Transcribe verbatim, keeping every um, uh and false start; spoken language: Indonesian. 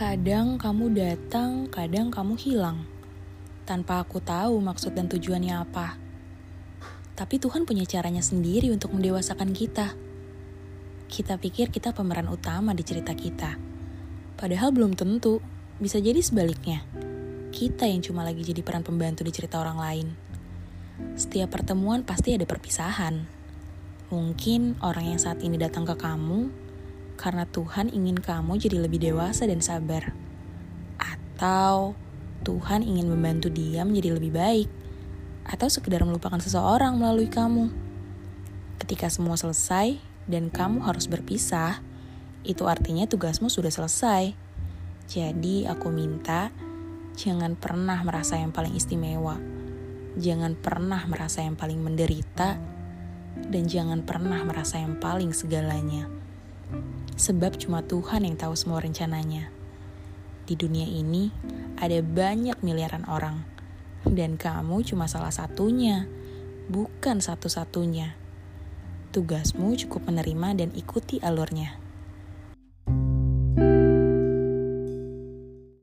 Kadang kamu datang, kadang kamu hilang. Tanpa aku tahu maksud dan tujuannya apa. Tapi Tuhan punya caranya sendiri untuk mendewasakan kita. Kita pikir kita pemeran utama di cerita kita. Padahal belum tentu, bisa jadi sebaliknya. Kita yang cuma lagi jadi peran pembantu di cerita orang lain. Setiap pertemuan pasti ada perpisahan. Mungkin orang yang saat ini datang ke kamu karena Tuhan ingin kamu jadi lebih dewasa dan sabar. Atau Tuhan ingin membantu dia menjadi lebih baik. Atau sekedar melupakan seseorang melalui kamu. Ketika semua selesai dan kamu harus berpisah, itu artinya tugasmu sudah selesai. Jadi aku minta, jangan pernah merasa yang paling istimewa. Jangan pernah merasa yang paling menderita. Dan jangan pernah merasa yang paling segalanya. Sebab cuma Tuhan yang tahu semua rencananya. Di dunia ini ada banyak miliaran orang. Dan kamu cuma salah satunya, bukan satu-satunya. Tugasmu cukup menerima dan ikuti alurnya.